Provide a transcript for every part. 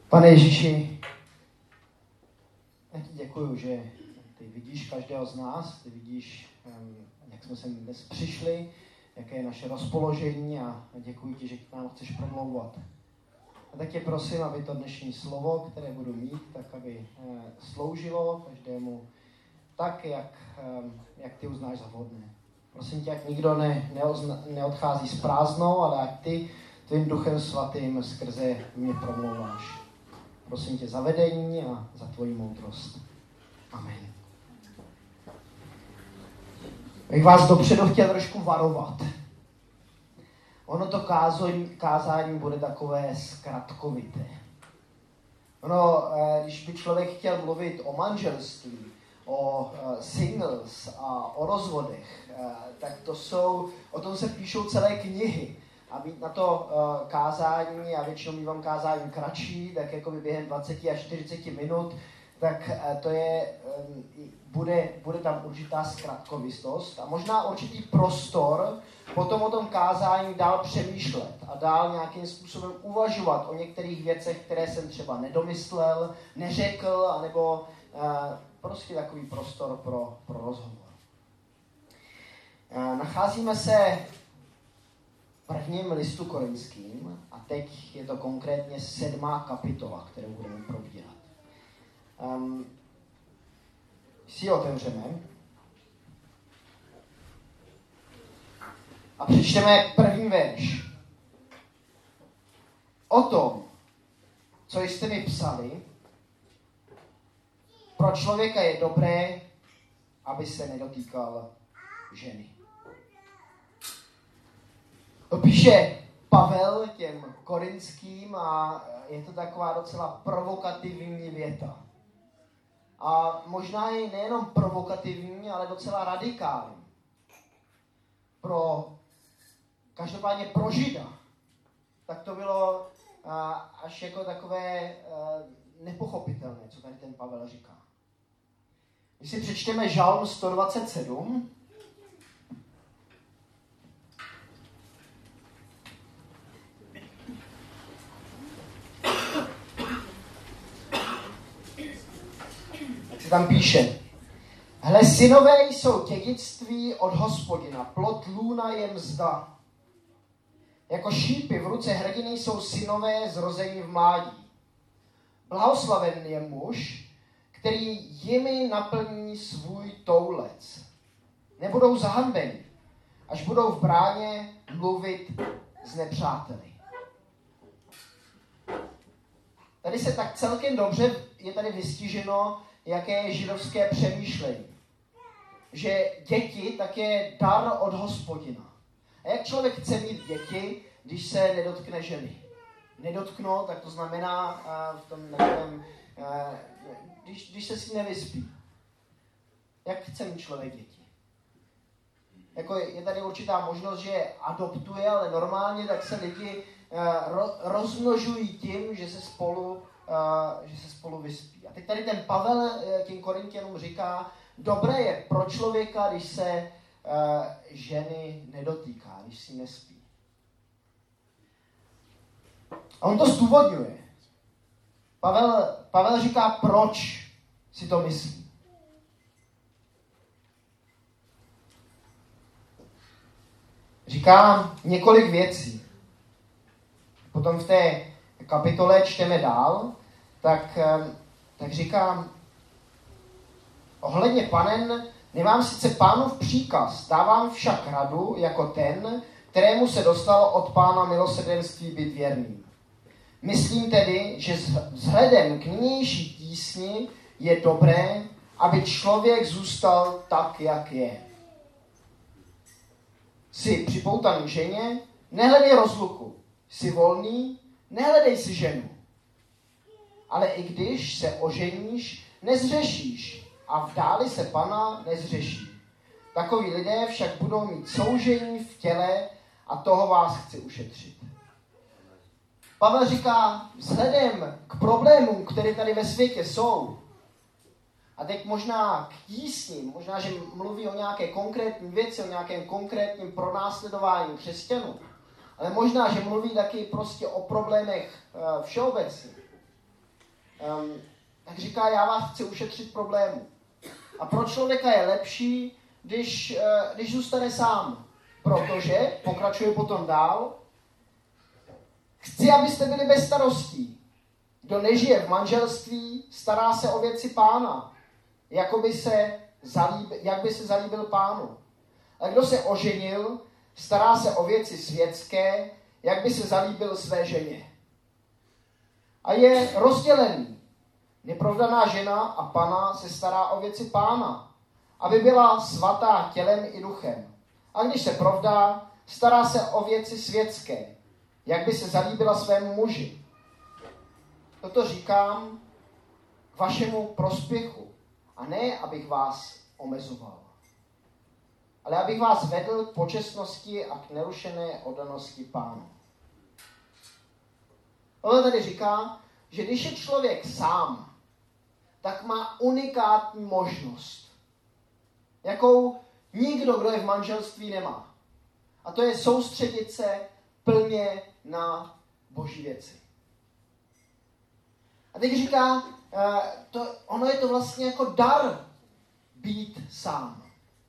Pane Ježíši, já ti děkuju, že ty vidíš každého z nás, ty vidíš, jak jsme sem dnes přišli, jaké je naše rozpoložení a děkuji ti, že k nám chceš promlouvat. A tak tě prosím, aby to dnešní slovo, které budu mít, tak aby sloužilo každému tak, jak ty uznáš za vhodné. Prosím tě, ať nikdo neodchází s prázdnou, ale ať ty tvým Duchem Svatým skrze mě promlouváš. Prosím tě za vedení a za tvoji moudrost. Amen. Bych vás dopředu chtěl trošku varovat. Ono to kázání bude takové zkratkovité. Když by člověk chtěl mluvit o manželství, o singles a o rozvodech, tak o tom se píšou celé knihy. A mít na to kázání, já většinou mívám kázání kratší, tak jako by během 20 až 40 minut, tak to bude tam určitá zkratkovistost a možná určitý prostor potom o tom kázání dál přemýšlet a dál nějakým způsobem uvažovat o některých věcech, které jsem třeba nedomyslel, neřekl, anebo prostě takový prostor pro rozhovor. Nacházíme se v prvním listu Korinským a teď je to konkrétně 7. kapitola, kterou budeme probírat. Si otevřeme a přečteme první verš. O tom, co jste mi psali, pro člověka je dobré, aby se nedotýkal ženy. To píše Pavel těm korinským a je to taková docela provokativní věta. A možná je nejenom provokativní, ale docela radikální. Každopádně pro Žida, tak to bylo až jako takové nepochopitelné, co tady ten Pavel říká. Když si přečteme Žalm 127, tam píše: Hle, synové jsou dědictví od Hospodina, plod lůna je mzda. Jako šípy v ruce hrdiny jsou synové zrození v mládí. Blahoslaven je muž, který jimi naplní svůj toulec. Nebudou zahanbeni, až budou v bráně mluvit s nepřáteli. Tady se tak celkem dobře je tady vystiženo, jaké je židovské přemýšlení. Že děti tak je dar od Hospodina. A jak člověk chce mít děti, když se nedotkne ženy? Nedotknout, tak to znamená když se s ní nevyspí. Jak chce mít člověk děti? Jako je tady určitá možnost, že je adoptuje, ale normálně tak se lidi rozmnožují tím, že se spolu vyspí. A teď tady ten Pavel tím Korinťanům říká, dobré je pro člověka, když se ženy nedotýká, když si nespí. A on to zdůvodňuje. Pavel říká, proč si to myslí. Říká několik věcí. Potom v té kapitole čteme dál, tak říká, ohledně panen, nemám sice pánův příkaz, dávám však radu jako ten, kterému se dostalo od Pána milosrdenství být věrným. Myslím tedy, že vzhledem k nynější tísni je dobré, aby člověk zůstal tak, jak je. Jsi připoutaný ženě, nehledej rozluku. Jsi volný, nehledej si ženu. Ale i když se oženíš, nezřešíš a vdáli se Pana nezřeší. Takoví lidé však budou mít soužení v těle a toho vás chci ušetřit. Pavel říká, vzhledem k problémům, které tady ve světě jsou, a teď možná k tísni, možná, že mluví o nějaké konkrétní věci, o nějakém konkrétním pronásledování křesťanů, ale možná, že mluví taky prostě o problémech všeobecně. tak říká, já vás chci ušetřit problému. A pro člověka je lepší, když zůstane sám. Protože, pokračuje potom dál, chci, abyste byli bez starostí. Kdo nežije v manželství, stará se o věci Pána, jak by se zalíbil Pánu. A kdo se oženil, stará se o věci světské, jak by se zalíbil své ženě. A je rozdělený. Neprovdaná žena a pana se stará o věci Pána, aby byla svatá tělem i duchem. A když se provdá, stará se o věci světské, jak by se zalíbila svému muži. Toto říkám k vašemu prospěchu, a ne, abych vás omezoval, ale abych vás vedl k počestnosti a k nerušené oddanosti Pánu. Pavel tady říká, že když je člověk sám, tak má unikátní možnost, jakou nikdo, kdo je v manželství, nemá. A to je soustředit se plně na Boží věci. A teď říká, ono je to vlastně jako dar být sám.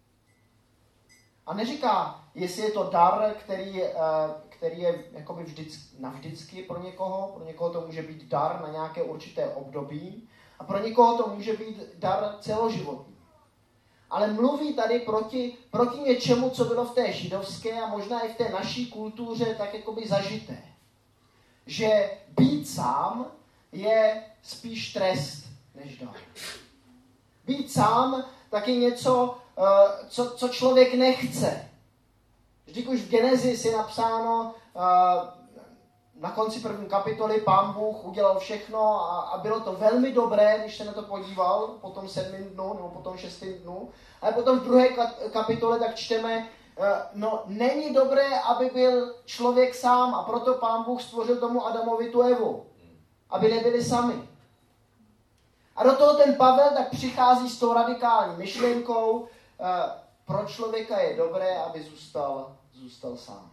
A neříká, jestli je to dar, který je jakoby navždycky pro někoho to může být dar na nějaké určité období a pro někoho to může být dar celoživotní. Ale mluví tady proti něčemu, co bylo v té židovské a možná i v té naší kultuře tak jakoby zažité. Že být sám je spíš trest než dar. Být sám tak je něco, co člověk nechce. Vždyť už v Genesis je napsáno, na konci první kapitoly Pán Bůh udělal všechno a bylo to velmi dobré, když se na to podíval po tom 7. dnu nebo po tom 6. dnu. Ale potom v druhé kapitole tak čteme, není dobré, aby byl člověk sám a proto Pán Bůh stvořil tomu Adamovi tu Evu, aby nebyli sami. A do toho ten Pavel tak přichází s tou radikální myšlenkou, pro člověka je dobré, aby zůstal sám.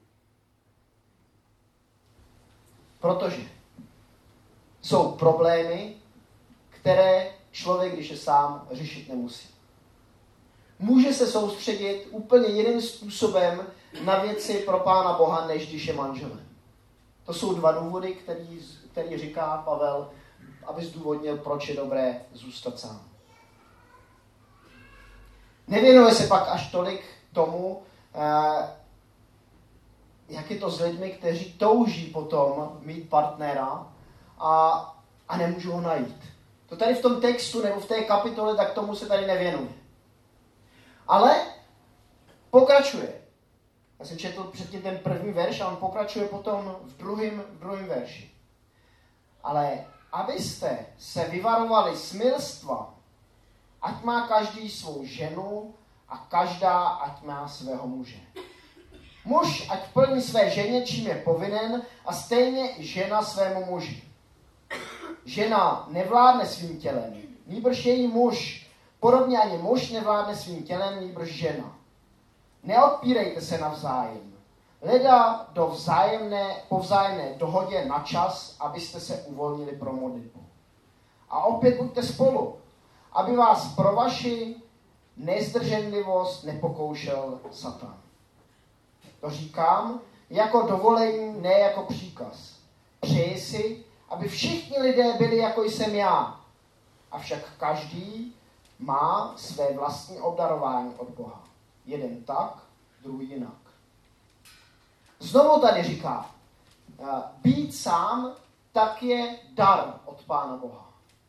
Protože jsou problémy, které člověk, když je sám, řešit nemusí. Může se soustředit úplně jiným způsobem na věci pro Pána Boha, než když je manželem. To jsou dva důvody, který říká Pavel, aby zdůvodnil, proč je dobré zůstat sám. Nevěnuje se pak až tolik tomu, jak je to s lidmi, kteří touží potom mít partnera a nemůžou ho najít. To tady v tom textu nebo v té kapitole, tak tomu se tady nevěnuje. Ale pokračuje. Já jsem četl předtím ten první verš a on pokračuje potom v druhém verši. Ale abyste se vyvarovali smilstva, ať má každý svou ženu a každá ať má svého muže. Muž ať plní své ženě, čím je povinen, a stejně i žena svému muži. Žena nevládne svým tělem, nýbrž její muž. Podobně ani muž nevládne svým tělem, nýbrž žena. Neodpírejte se navzájem. Leda po vzájemné dohodě na čas, abyste se uvolnili pro modlitbu. A opět buďte spolu, aby vás pro vaši nezdrženlivost nepokoušel Satan. To říkám jako dovolení, ne jako příkaz. Přeji si, aby všichni lidé byli jako jsem já. Avšak každý má své vlastní obdarování od Boha. Jeden tak, druhý jinak. Znovu tady říká, být sám tak je dar od Pána Boha.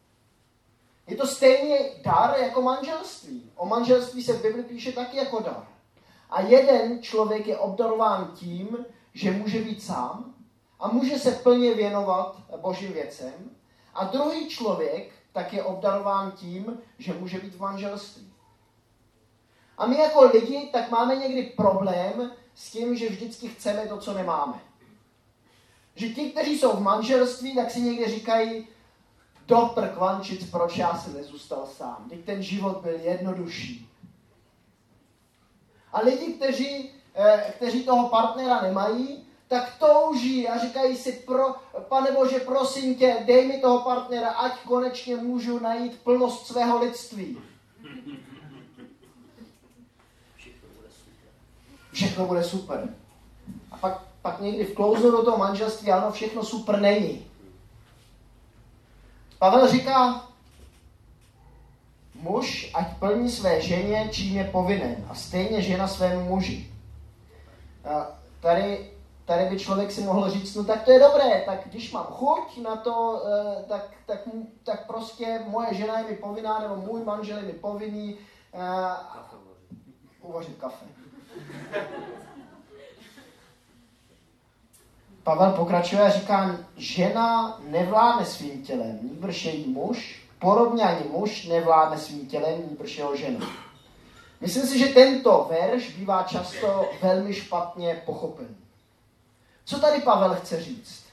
Je to stejně dar jako manželství. O manželství se v Bibli píše taky jako dar. A jeden člověk je obdarován tím, že může být sám a může se plně věnovat Božím věcem. A druhý člověk tak je obdarován tím, že může být v manželství. A my jako lidi tak máme někdy problém s tím, že vždycky chceme to, co nemáme. Že ti, kteří jsou v manželství, tak si někde říkají, do prkvančic, proč já jsem nezůstal sám. Teď ten život byl jednodušší. A lidi, kteří toho partnera nemají, tak touží a říkají si, Pane Bože, prosím tě, dej mi toho partnera, ať konečně můžu najít plnost svého lidství. Všechno bude super. A pak někdy vklouznou do toho manželství, ano, všechno super není. Pavel říká, muž ať plní své ženě, čím je povinen, a stejně žena svému muži. A tady by člověk si mohl říct, no tak to je dobré, tak když mám chuť na to, tak prostě moje žena je mi povinná, nebo můj manžel je mi povinný uvařit kafe. Pavel pokračuje a říká, žena nevládne svým tělem, nýbrž její muž, podobně ani muž nevládne svým tělem, nýbrž jeho žena. Myslím si, že tento verš bývá často velmi špatně pochopen. Co tady Pavel chce říct?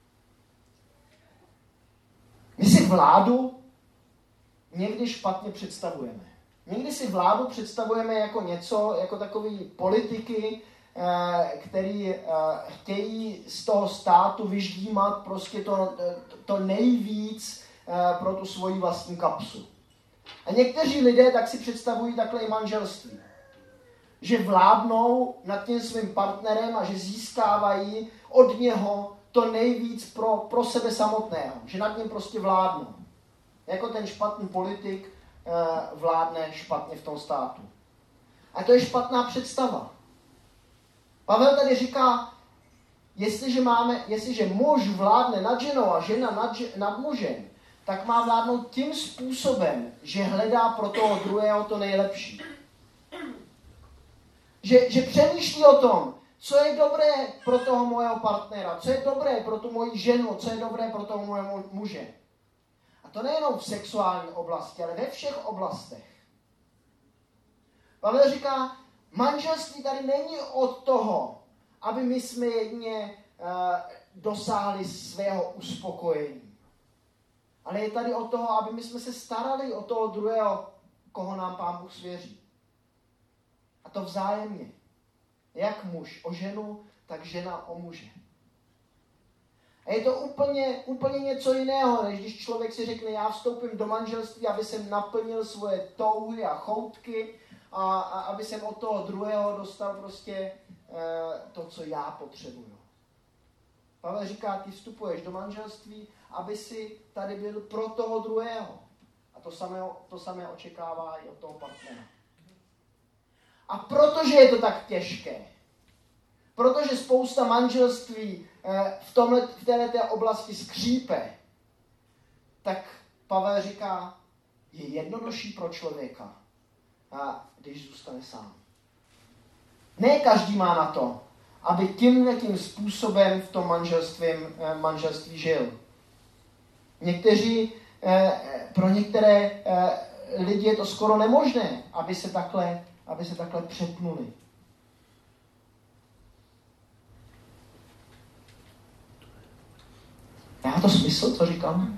My si vládu někdy špatně představujeme. Někdy si vládu představujeme jako něco, jako takový politiky, který chtějí z toho státu vyždímat prostě to nejvíc pro tu svoji vlastní kapsu. A někteří lidé tak si představují takhle i manželství. Že vládnou nad tím svým partnerem a že získávají od něho to nejvíc pro sebe samotného. Že nad ním prostě vládnou. Jako ten špatný politik vládne špatně v tom státu. A to je špatná představa. Pavel tady říká, jestliže muž vládne nad ženou a žena nad mužem, tak má vládnout tím způsobem, že hledá pro toho druhého to nejlepší. Že přemýšlí o tom, co je dobré pro toho mojeho partnera, co je dobré pro tu moji ženu, co je dobré pro toho mojeho muže. A to nejenom v sexuální oblasti, ale ve všech oblastech. Pavel říká, manželství tady není od toho, aby my jsme jedině dosáhli svého uspokojení. Ale je tady od toho, aby my jsme se starali o toho druhého, koho nám Pán Bůh svěří. A to vzájemně. Jak muž o ženu, tak žena o muže. A je to úplně něco jiného, než když člověk si řekne, já vstoupím do manželství, aby jsem naplnil svoje touhy a choutky a aby jsem od toho druhého dostal prostě to, co já potřebuju. Pavel říká, ty vstupuješ do manželství, aby si tady byl pro toho druhého. A to samé očekává i od toho partnera. A protože je to tak těžké, protože spousta manželství v této oblasti skřípe, tak Pavel říká, je jednodušší pro člověka, když zůstane sám. Ne každý má na to, aby tímhletím způsobem v tom manželství žil. Pro některé lidi je to skoro nemožné, aby se takhle přepnuli. Má to smysl, co říkám?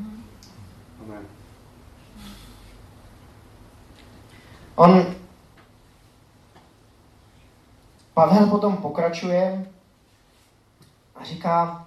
Amen. Pavel potom pokračuje a říká,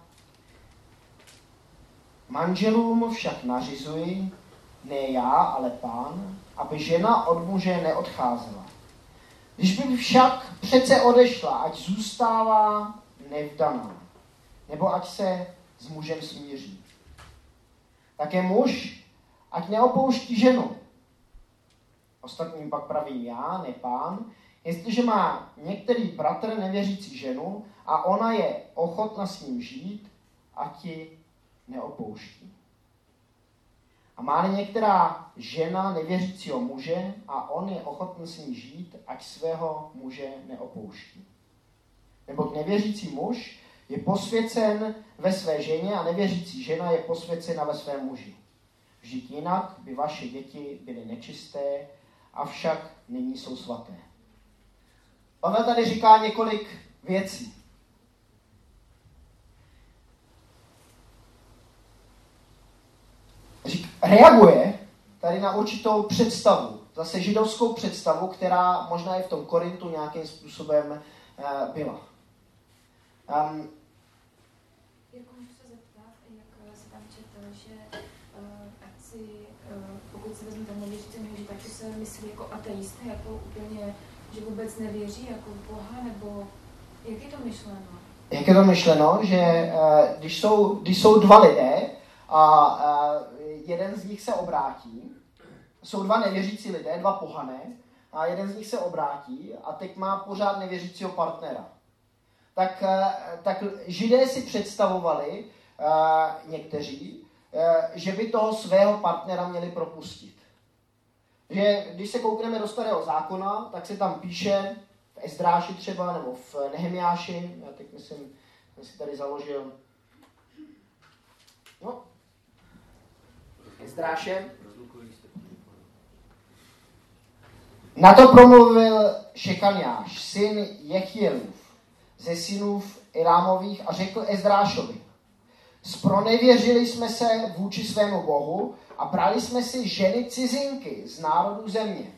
manželům však nařizuji, ne já, ale Pán, aby žena od muže neodcházela. Když by však přece odešla, ať zůstává nevdaná, nebo ať se s mužem smíří. Také muž, ať neopouští ženu. Ostatním pak pravím já, ne Pán, jestliže má některý bratr nevěřící ženu a ona je ochotna s ním žít, ať ji neopouští. A má-li některá žena nevěřícího muže a on je ochoten s ní žít, ať svého muže neopouští. Neboť nevěřící muž je posvěcen ve své ženě a nevěřící žena je posvěcena ve svém muži. Vždyť jinak by vaše děti byly nečisté, avšak nyní jsou svaté. Pavel tady říká několik věcí. Reaguje tady na určitou představu, zase židovskou představu, která možná i v tom Korintu nějakým způsobem byla. Jako můžu se zeptat, jak se tam četl, že pokud se vezme ten nevěřící, tak se myslí jako ateisté, jako úplně, že vůbec nevěří jako v Boha, nebo jak je to myšleno? Jak je to myšleno, že když jsou dva lidé a jeden z nich se obrátí, jsou dva nevěřící lidé, dva pohané, a jeden z nich se obrátí a teď má pořád nevěřícího partnera. Tak Židé si představovali, někteří, že by toho svého partnera měli propustit. Že když se koukneme do Starého zákona, tak se tam píše v Ezdráši třeba, nebo v Nehemiáši, já teď myslím, jsem si tady založil, Ezdráše. Na to promluvil Šekaniáš, syn Jechielův, ze synův Elámových a řekl Ezdrášovi: Zpronevěřili jsme se vůči svému Bohu a brali jsme si ženy cizinky z národů země.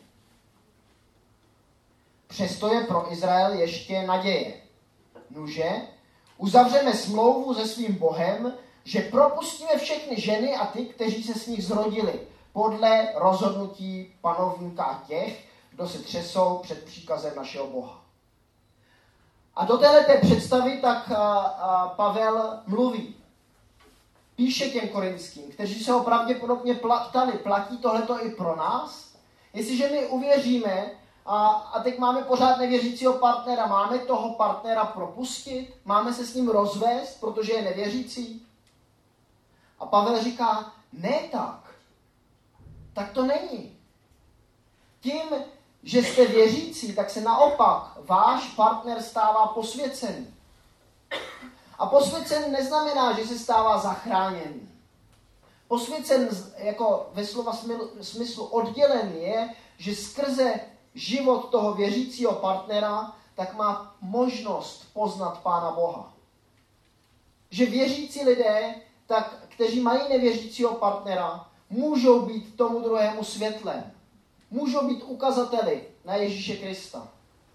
Přesto je pro Izrael ještě naděje. Nuže, uzavřeme smlouvu se svým Bohem, že propustíme všechny ženy a ty, kteří se s nich zrodili, podle rozhodnutí panovníka a těch, kdo se třesou před příkazem našeho Boha. A do této představy tak Pavel mluví. Píše těm korinským, kteří se ho pravděpodobně ptali, platí tohleto i pro nás? Jestliže my uvěříme a teď máme pořád nevěřícího partnera, máme toho partnera propustit? Máme se s ním rozvést, protože je nevěřící? A Pavel říká, ne tak. Tak to není. Tím, že jste věřící, tak se naopak váš partner stává posvěcený. A posvěcen neznamená, že se stává zachráněný. Posvěcen jako ve slova smyslu oddělený je, že skrze život toho věřícího partnera tak má možnost poznat Pána Boha. Že věřící lidé, tak, kteří mají nevěřícího partnera, můžou být tomu druhému světlem. Můžou být ukazateli na Ježíše Krista.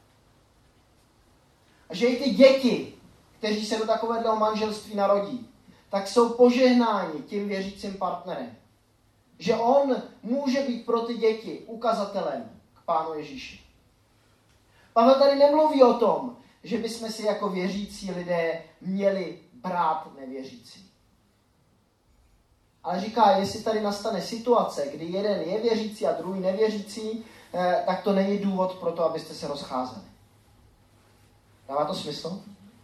A že i ty děti, kteří se do takového manželství narodí, tak jsou požehnáni tím věřícím partnerem. Že on může být pro ty děti ukazatelem k Pánu Ježíši. Pavel tady nemluví o tom, že bychom si jako věřící lidé měli brát nevěřící. Ale říká, jestli tady nastane situace, kdy jeden je věřící a druhý nevěřící, tak to není důvod pro to, abyste se rozcházeli. Dává to smysl?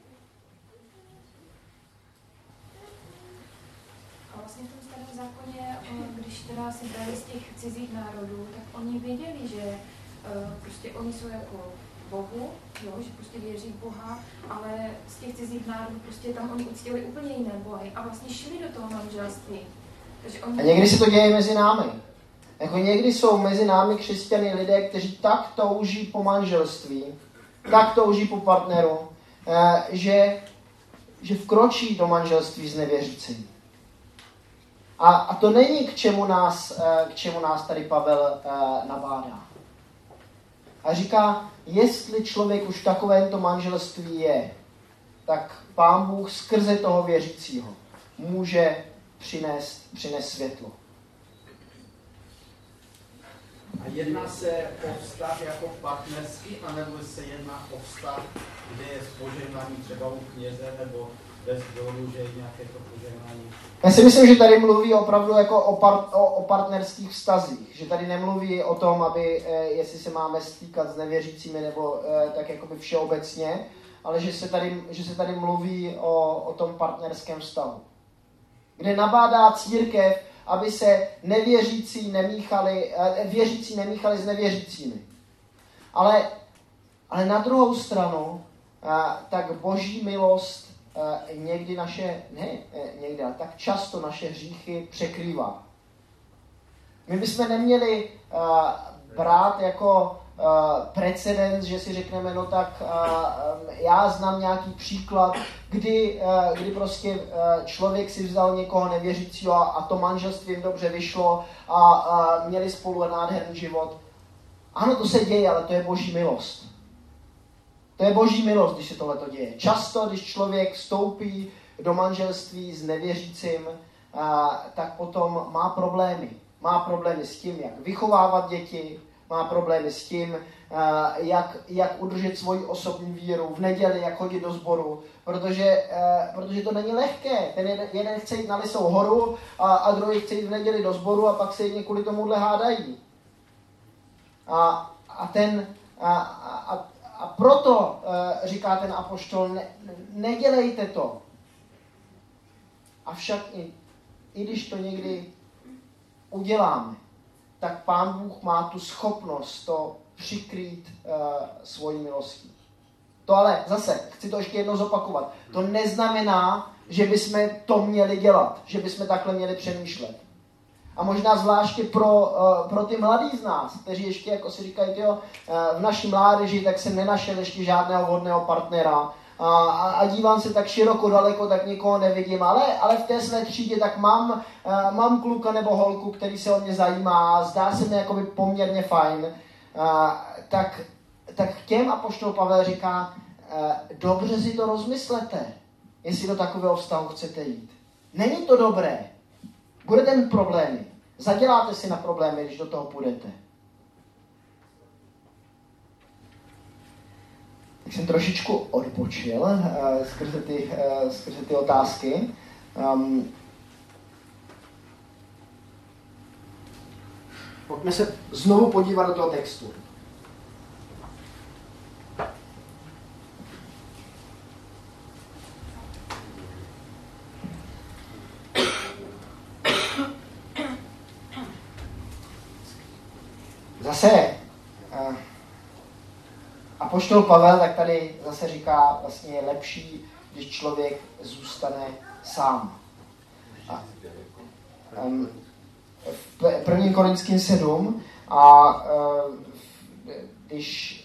A vlastně v tom Starém zákoně, když teda si brali z těch cizích národů, tak oni věděli, že prostě oni jsou jako Bohu, jo, že prostě věří v Boha, ale z těch cizích národů prostě tam oni uctili úplně jiné bohy a vlastně šli do toho manželství. A někdy se to děje mezi námi. Jako někdy jsou mezi námi křesťany lidé, kteří tak touží po manželství, tak touží po partneru, že vkročí do manželství s nevěřícím. A to není k čemu nás tady Pavel nabádá. A říká, jestli člověk už v takovémto manželství je, tak Pán Bůh skrze toho věřícího může přinést světlo. A jedná se o vztah jako partnerský, anebo se jedná o vztah, kde je požehnání třeba u kněze, nebo bez dohodu, že je nějaké to požehnání? Já si myslím, že tady mluví opravdu jako o partnerských vztazích. Že tady nemluví o tom, aby, jestli se máme stýkat s nevěřícími, nebo tak jakoby všeobecně, ale že se tady mluví o tom partnerském vztahu. Kde nabádá církev, aby se věřící nemíchali s nevěřícími. Ale na druhou stranu, tak boží milost někdy ale tak často naše hříchy překrývá. My bychom neměli brát jako precedens, že si řekneme, no tak já znám nějaký příklad, kdy prostě člověk si vzal někoho nevěřícího a to manželství jim dobře vyšlo a měli spolu nádherný život. Ano, to se děje, ale to je boží milost. To je boží milost, když se tohleto děje. Často, když člověk vstoupí do manželství s nevěřícím, tak potom má problémy. Má problémy s tím, jak vychovávat děti, má problémy s tím, jak udržet svoji osobní víru v neděli, jak chodit do sboru, protože to není lehké. Ten jeden chce jít na Lisou horu a druhý chce jít v neděli do sboru a pak se jedni kvůli tomuhle hádají. A proto říká ten apoštol, nedělejte to. Avšak i když to někdy uděláme, tak Pán Bůh má tu schopnost to přikrýt svojí milostí. To ale zase, chci to ještě jednou zopakovat, to neznamená, že bychom to měli dělat, že bychom takhle měli přemýšlet. A možná zvláště pro ty mladý z nás, kteří ještě, jako si říkají, v naší mládeži, tak jsem nenašel ještě žádného vhodného partnera a dívám se tak široko daleko, tak nikoho nevidím, ale v té své třídě tak mám kluka nebo holku, který se o mě zajímá, zdá se mi jakoby poměrně fajn, tak těm apoštol Pavel říká, dobře si to rozmyslete, jestli do takového vztahu chcete jít. Není to dobré. Budete mít problémy. Zaděláte si na problémy, když do toho půjdete. Tak jsem trošičku odpočil skrze ty otázky. Pojďme se znovu podívat do toho textu. Zase apoštol Pavel tak tady zase říká, vlastně je lepší, když člověk zůstane sám. V 1. Korinským 7 když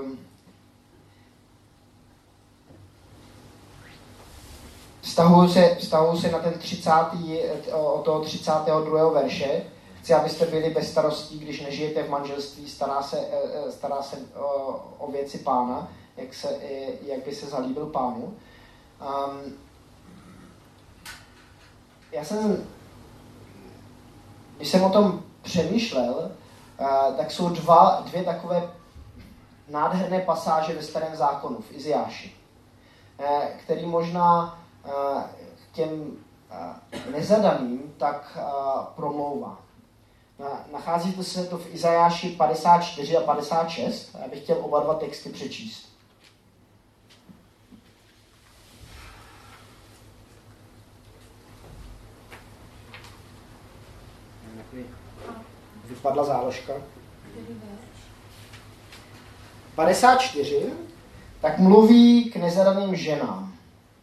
vztahuju se na ten 30. od toho 32. verše. Chci, abyste byli bez starostí, když nežijete v manželství, stará se o věci Pána, jak by se zalíbil Pánu. Když jsem o tom přemýšlel, tak jsou dvě takové nádherné pasáže ve Starém zákonu, v Izajáši, který možná těm nezadaným tak promlouvá. Nacházíte se to v Izajáši 54 a 56 a já bych chtěl oba dva texty přečíst. Vypadla záložka. 54 tak mluví k nezadaným ženám.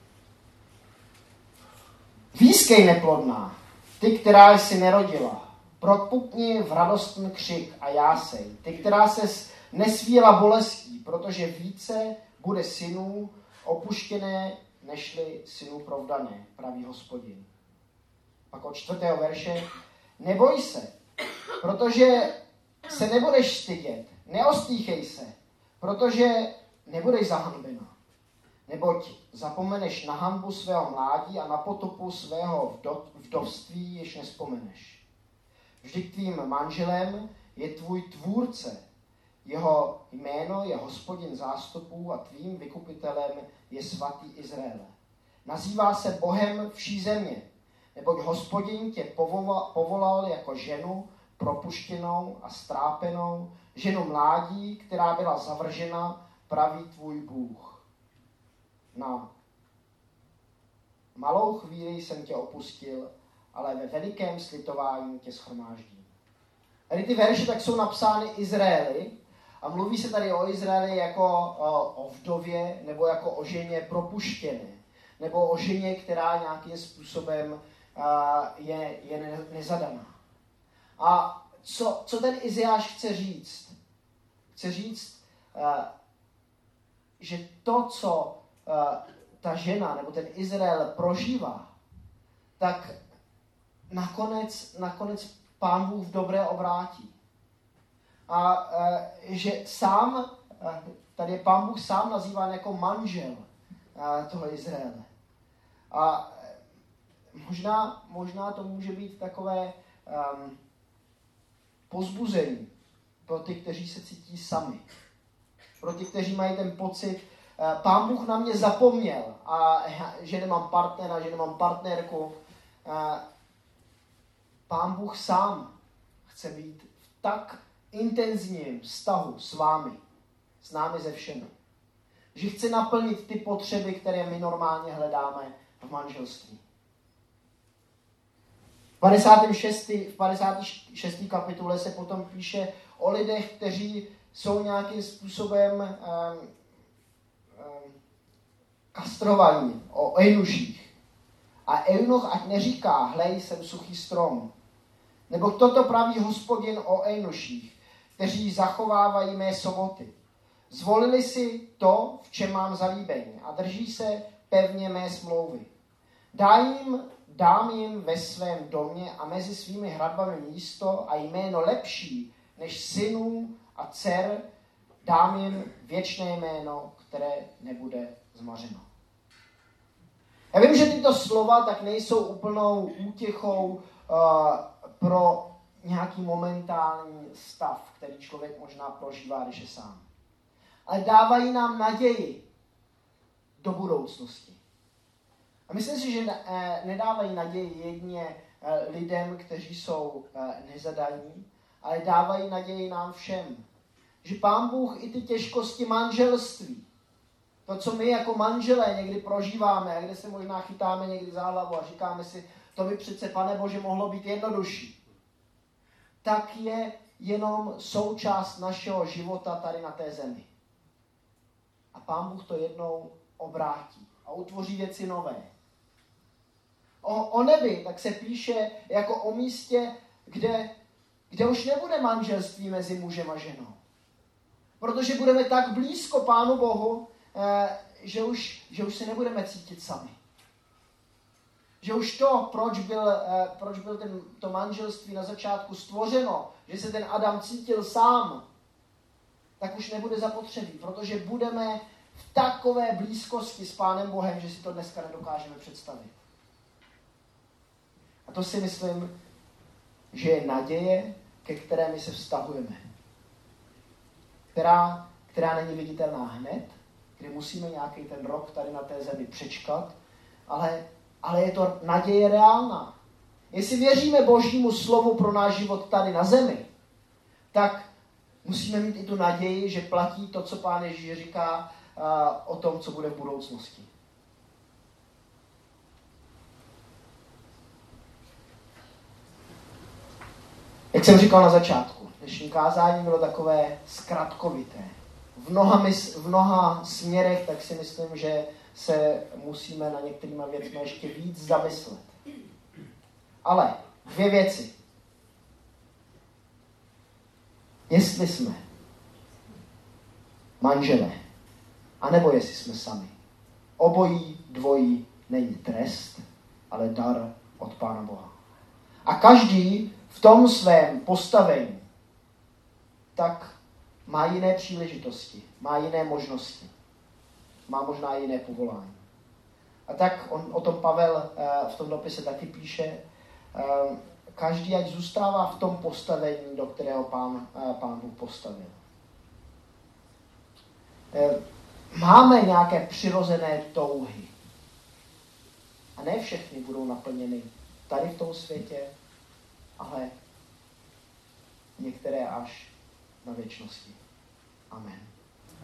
Výskej neplodná, ty, která jsi nerodila, propukni v radostný křik a jásej, ty, která ses nesvíjela bolestí, protože více bude synů opuštěné, nežli synů provdané, praví Hospodin. Pak od 4. verše, neboj se, protože se nebudeš stydět, neostýchej se, protože nebudeš zahanbena. Neboť zapomeneš na hanbu svého mládí a na potopu svého vdovství již nespomeneš. Vždyť tvým manželem je tvůj tvůrce, jeho jméno je Hospodin zástupů a tvým vykupitelem je svatý Izraele. Nazývá se Bohem vší země, neboť Hospodin tě povolal jako ženu propuštěnou a strápenou, ženu mládí, která byla zavržena, praví tvůj Bůh. Na malou chvíli jsem tě opustil, ale ve velikém slitování tě shromáždím. Tady ty verše tak jsou napsány Izraeli a mluví se tady o Izraeli jako o vdově nebo jako o ženě propuštěné, nebo o ženě, která nějakým způsobem je nezadaná. A co ten Izajáš chce říct? Chce říct, že to, co ta žena nebo ten Izrael prožívá, tak nakonec Pán Bůh v dobré obrátí. A že sám, tady je Pán Bůh sám nazýván jako manžel toho Izraele. A možná to může být takové povzbuzení pro ty, kteří se cítí sami. Pro ty, kteří mají ten pocit, Pán Bůh na mě zapomněl, a že nemám partnera, že nemám partnerku. Pán Bůh sám chce být v tak intenzivním vztahu s vámi, s námi ze všemi. Že chce naplnit ty potřeby, které my normálně hledáme v manželství. V 56. kapitole se potom píše o lidech, kteří jsou nějakým způsobem kastrovaní, o eunuších. A eunuch ať neříká, hlej, jsem suchý strom. Nebo toto praví Hospodin o eunuších, kteří zachovávají mé soboty. Zvolili si to, v čem mám zalíbení, a drží se pevně mé smlouvy. Dám jim ve svém domě a mezi svými hradbami místo a jméno lepší než synů a dcer, dám jim věčné jméno, které nebude zmařeno. Já vím, že tyto slova tak nejsou úplnou útěchou pro nějaký momentální stav, který člověk možná prožívá, když je sám. Ale dávají nám naději do budoucnosti. A myslím si, že nedávají naději jedině lidem, kteří jsou nezadaní, ale dávají naději nám všem. Že Pán Bůh i ty těžkosti manželství, to, co my jako manželé někdy prožíváme, a kde se možná chytáme někdy za hlavu a říkáme si, to by přece, Pane Bože, mohlo být jednodušší, tak je jenom součást našeho života tady na té zemi. A Pán Bůh to jednou obrátí a utvoří věci nové. O nebi tak se píše jako o místě, kde už nebude manželství mezi mužem a ženou. Protože budeme tak blízko Pánu Bohu, že už se nebudeme cítit sami. Že už to, proč byl to manželství na začátku stvořeno, že se ten Adam cítil sám, tak už nebude zapotřebí, protože budeme v takové blízkosti s Pánem Bohem, že si to dneska nedokážeme představit. A to si myslím, že je naděje, ke které my se vztahujeme. Která není viditelná hned, kde musíme nějaký ten rok tady na té zemi přečkat, ale je to naděje reálná. Jestli věříme Božímu slovu pro náš život tady na zemi, tak musíme mít i tu naději, že platí to, co Pán Ježíš říká o tom, co bude v budoucnosti. Jak jsem říkal na začátku, dnešní kázání bylo takové zkratkovité. V mnoha směrech tak si myslím, že se musíme na některýma věcmi ještě víc zamyslet. Ale 2 věci. Jestli jsme manželé, anebo jestli jsme sami. Obojí, dvojí není trest, ale dar od Pána Boha. A každý v tom svém postavení tak má jiné příležitosti, má jiné možnosti, má možná jiné povolání. A tak o tom Pavel v tom dopise taky píše, každý ať zůstává v tom postavení, do kterého Pán Bůh postavil. Máme nějaké přirozené touhy. A ne všechny budou naplněny tady v tom světě, ale některé až na věčnosti. Amen.